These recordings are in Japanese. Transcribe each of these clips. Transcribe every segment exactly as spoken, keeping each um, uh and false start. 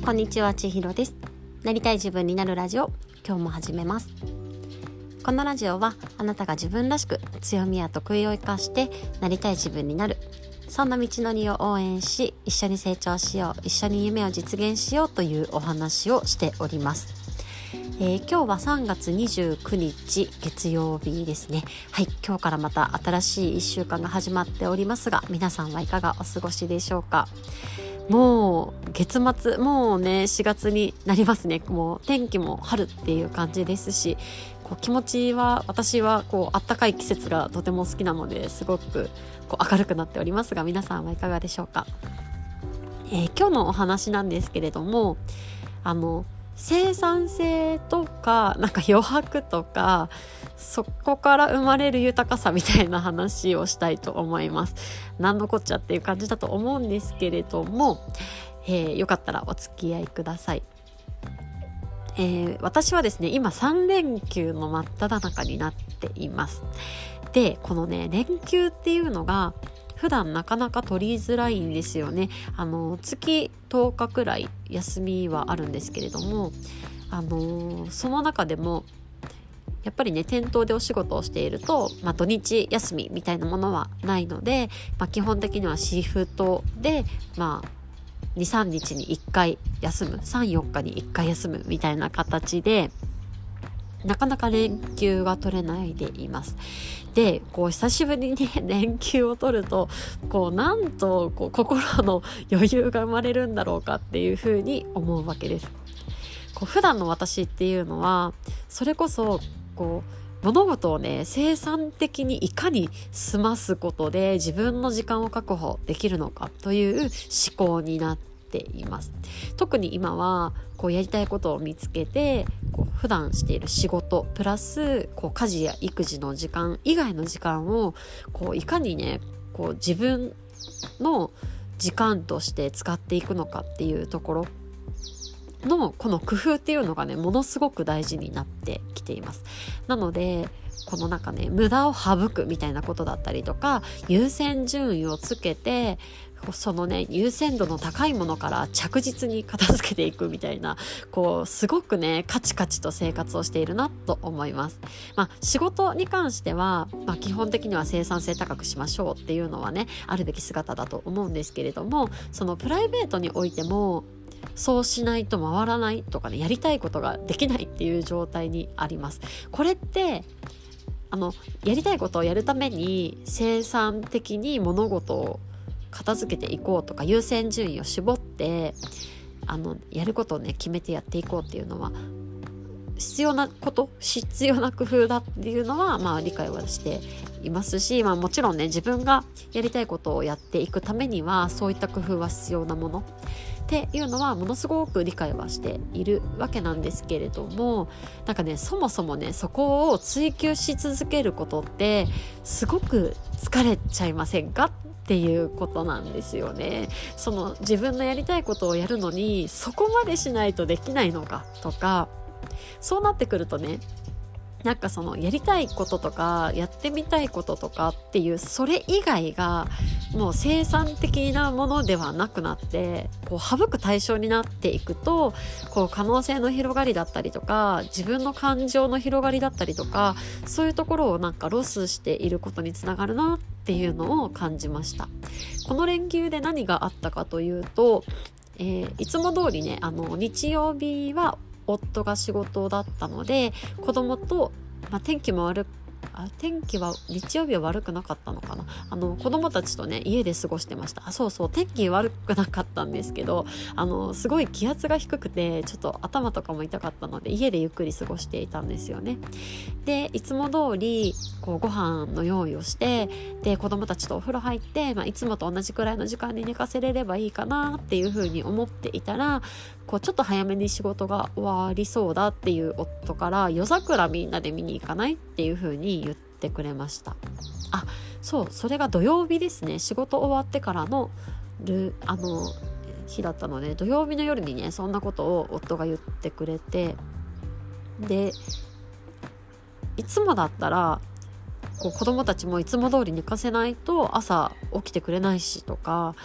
こんにちは、ちひろです。なりたい自分になるラジオ、今日も始めます。このラジオはあなたが自分らしく強みや得意を生かしてなりたい自分になる、そんな道のりを応援し、一緒に成長しよう、一緒に夢を実現しようというお話をしております。えー、今日はさんがつにじゅうくにち月曜日ですね。はい、今日からまた新しいいっしゅうかんが始まっておりますが、皆さんはいかがお過ごしでしょうか。もう月末、もうねしがつになりますね。もう天気も春っていう感じですし、こう気持ちは、私はこう暖かい季節がとても好きなので、すごくこう明るくなっておりますが、皆さんはいかがでしょうか。えー、今日のお話なんですけれども、あの生産性とかなんか余白とか、そこから生まれる豊かさみたいな話をしたいと思います。何のこっちゃっていう感じだと思うんですけれども、えー、よかったらお付き合いください。えー、私はですね、今さんれんきゅうの真っ只中になっています。で、このね連休っていうのが普段なかなか取りづらいんですよね。あの月とおかくらい休みはあるんですけれども、あのその中でもやっぱりね、店頭でお仕事をしていると、まあ、土日休みみたいなものはないので、まあ、基本的にはシフトで、まあ、に、さんにちにいっかい休む、さん、よっかにいっかい休むみたいな形で、なかなか連休が取れないでいます。で、こう久しぶりに連休を取ると、こうなんとこう心の余裕が生まれるんだろうかっていうふうに思うわけです。こう普段の私っていうのは、それこそこう物事をね生産的にいかに済ますことで自分の時間を確保できるのかという思考になっています。特に今はこうやりたいことを見つけて、こう普段している仕事プラスこう家事や育児の時間以外の時間をこういかにねこう自分の時間として使っていくのかっていうところのこの工夫っていうのがねものすごく大事になってきています。なのでこのなんかね無駄を省くみたいなことだったりとか、優先順位をつけてそのね優先度の高いものから着実に片付けていくみたいな、こうすごくねカチカチと生活をしているなと思います。まあ仕事に関しては、まあ、基本的には生産性高くしましょうっていうのはねあるべき姿だと思うんですけれども、そのプライベートにおいてもそうしないと回らないとかね、やりたいことができないっていう状態にあります。これってあのやりたいことをやるために生産的に物事を片付けていこうとか、優先順位を絞ってあのやることをね決めてやっていこうっていうのは必要なこと、必要な工夫だっていうのはまあ理解はしていますし、まあもちろんね自分がやりたいことをやっていくためにはそういった工夫は必要なものっていうのはものすごく理解はしているわけなんですけれども、なんかねそもそもねそこを追求し続けることってすごく疲れちゃいませんかっていうことなんですよね。その自分のやりたいことをやるのにそこまでしないとできないのかとか、そうなってくるとね、なんかそのやりたいこととかやってみたいこととかっていうそれ以外がもう生産的なものではなくなって、こう省く対象になっていくと、こう可能性の広がりだったりとか自分の感情の広がりだったりとか、そういうところをなんかロスしていることにつながるなっていうのを感じました。この連休で何があったかというと、えー、いつも通りねあの日曜日は夫が仕事だったので子供と、まあ、天気も悪くあ天気は日曜日は悪くなかったのかな、あの子供たちとね家で過ごしてました。あそうそう天気悪くなかったんですけど、あのすごい気圧が低くてちょっと頭とかも痛かったので家でゆっくり過ごしていたんですよね。でいつも通りこうご飯の用意をして、で子供たちとお風呂入って、まあ、いつもと同じくらいの時間に寝かせれればいいかなっていう風に思っていたら、こうちょっと早めに仕事が終わりそうだっていう夫から夜桜みんなで見に行かないっていう風に言ってくれました。あそうそれが土曜日ですね。仕事終わってからのルあの日だったので、土曜日の夜にねそんなことを夫が言ってくれて、でいつもだったらこう子供たちもいつも通り寝かせないと朝起きてくれないしとか、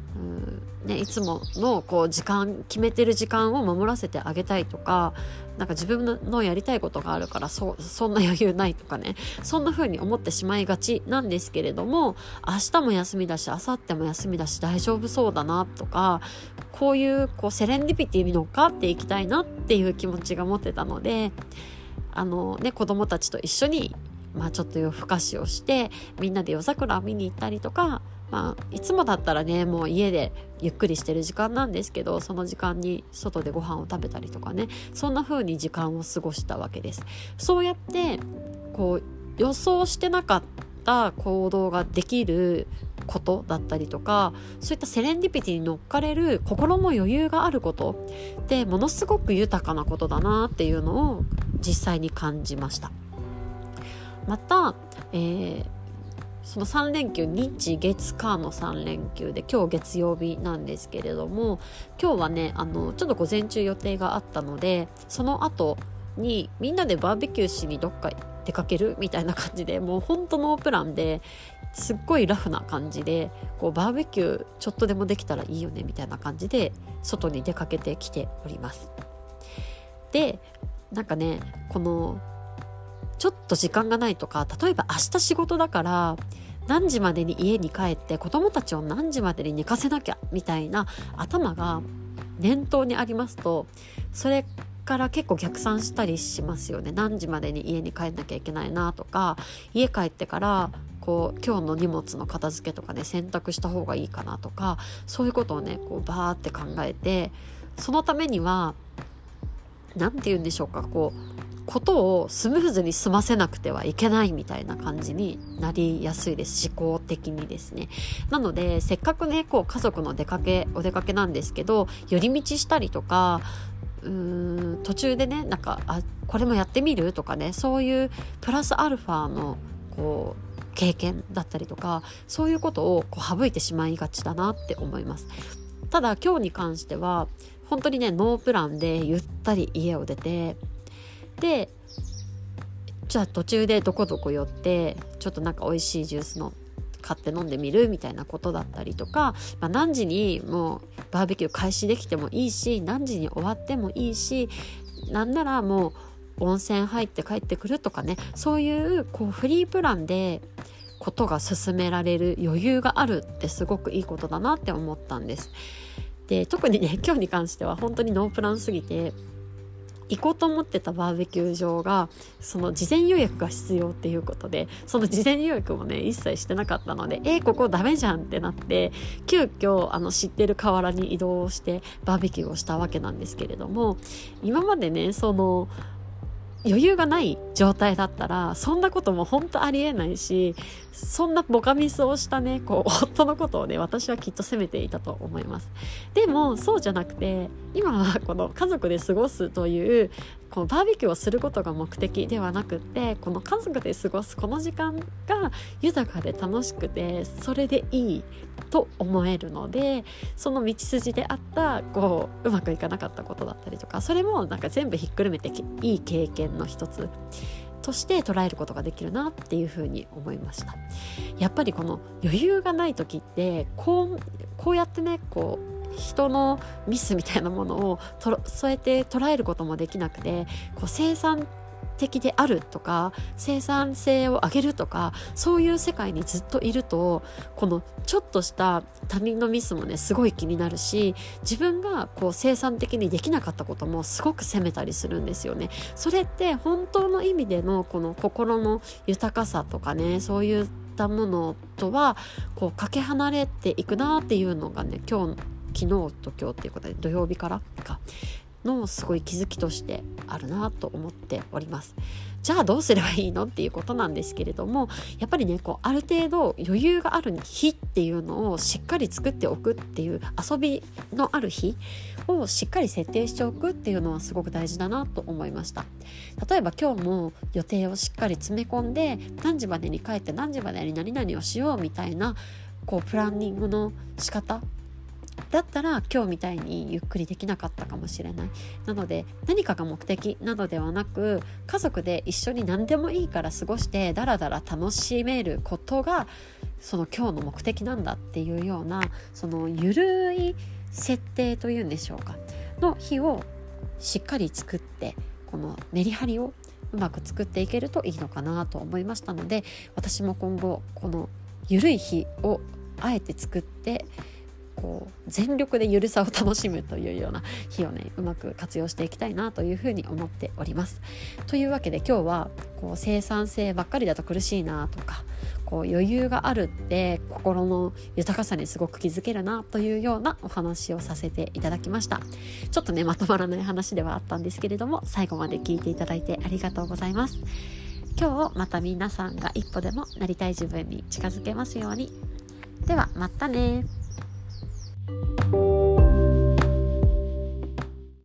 うんね、いつものこう時間決めてる時間を守らせてあげたいとか、なんか自分のやりたいことがあるからそそんな余裕ないとかね、そんな風に思ってしまいがちなんですけれども、明日も休みだし明後日も休みだし大丈夫そうだなとか、こういうこうセレンディピティに乗っかっていきたいなっていう気持ちが持ってたので、あのね子供たちと一緒にまあちょっと夜更かしをしてみんなで夜桜を見に行ったりとか、まあ、いつもだったらねもう家でゆっくりしてる時間なんですけど、その時間に外でご飯を食べたりとかね、そんな風に時間を過ごしたわけです。そうやってこう予想してなかった行動ができることだったりとか、そういったセレンディピティに乗っかれる心の余裕があることってものすごく豊かなことだなっていうのを実際に感じました。また、えーそのさん連休、日月火のさん連休で今日月曜日なんですけれども、今日はねあのちょっと午前中予定があったので、その後にみんなでバーベキューしにどっか出かけるみたいな感じで、もう本当ノープランですっごいラフな感じで、こうバーベキューちょっとでもできたらいいよねみたいな感じで外に出かけてきております。でなんかねこのちょっと時間がないとか、例えば明日仕事だから何時までに家に帰って子供たちを何時までに寝かせなきゃみたいな頭が念頭にありますと、それから結構逆算したりしますよね。何時までに家に帰んなきゃいけないなとか、家帰ってからこう今日の荷物の片付けとかね洗濯した方がいいかなとか、そういうことをねこうバーって考えて、そのためにはなんて言うんでしょうか、こうことをスムーズに済ませなくてはいけないみたいな感じになりやすいです、思考的にですね。なのでせっかくねこう家族の出かけお出かけなんですけど、寄り道したりとか、うーん途中でねなんかあこれもやってみるとかね、そういうプラスアルファのこう経験だったりとか、そういうことをこう省いてしまいがちだなって思います。ただ今日に関しては本当にねノープランでゆったり家を出て、でじゃあ途中でどこどこ寄ってちょっとなんか美味しいジュースの買って飲んでみるみたいなことだったりとか、まあ、何時にもうバーベキュー開始できてもいいし、何時に終わってもいいし、なんならもう温泉入って帰ってくるとかね、そういうこうフリープランでことが進められる余裕があるってすごくいいことだなって思ったんです。で特にね今日に関しては本当にノープランすぎて、行こうと思ってたバーベキュー場がその事前予約が必要っていうことで、その事前予約もね一切してなかったので、えー、ここダメじゃんってなって、急遽あの知ってる河原に移動してバーベキューをしたわけなんですけれども、今までねその余裕がない状態だったらそんなことも本当ありえないし、そんなボカミスをしたねこう夫のことをね私はきっと責めていたと思います。でもそうじゃなくて、今はこの家族で過ごすというこのバーベキューをすることが目的ではなくって、この家族で過ごすこの時間が豊かで楽しくてそれでいいと思えるので、その道筋であったこううまくいかなかったことだったりとか、それもなんか全部ひっくるめていい経験の一つとして捉えることができるなっていうふうに思いました。やっぱりこの余裕がない時ってこう、こうやってねこう人のミスみたいなものをとそうやって捉えることもできなくて、こう生産的であるとか生産性を上げるとか、そういう世界にずっといると、このちょっとした他人のミスもねすごい気になるし、自分がこう生産的にできなかったこともすごく責めたりするんですよね。それって本当の意味でのこの心の豊かさとかね、そういったものとはこうかけ離れていくなっていうのがね、今日昨日と今日っていうことで土曜日からかのすごい気づきとしてあるなと思っております。じゃあどうすればいいのっていうことなんですけれども、やっぱりねこうある程度余裕がある日っていうのをしっかり作っておくっていう、遊びのある日をしっかり設定しておくっていうのはすごく大事だなと思いました。例えば今日も予定をしっかり詰め込んで、何時までに帰って何時までに何々をしようみたいなこうプランニングの仕方だったら今日みたいにゆっくりできなかったかもしれない。なので何かが目的なのではなく、家族で一緒に何でもいいから過ごしてだらだら楽しめることがその今日の目的なんだっていうような、そのゆるい設定というんでしょうかの日をしっかり作って、このメリハリをうまく作っていけるといいのかなと思いましたので、私も今後このゆるい日をあえて作ってこう全力でゆるさを楽しむというような日をね、うまく活用していきたいなというふうに思っております。というわけで今日はこう生産性ばっかりだと苦しいなとか、こう余裕があるって心の豊かさにすごく気づけるなというようなお話をさせていただきました。ちょっとねまとまらない話ではあったんですけれども、最後まで聞いていただいてありがとうございます。今日また皆さんが一歩でもなりたい自分に近づけますように。ではまたね。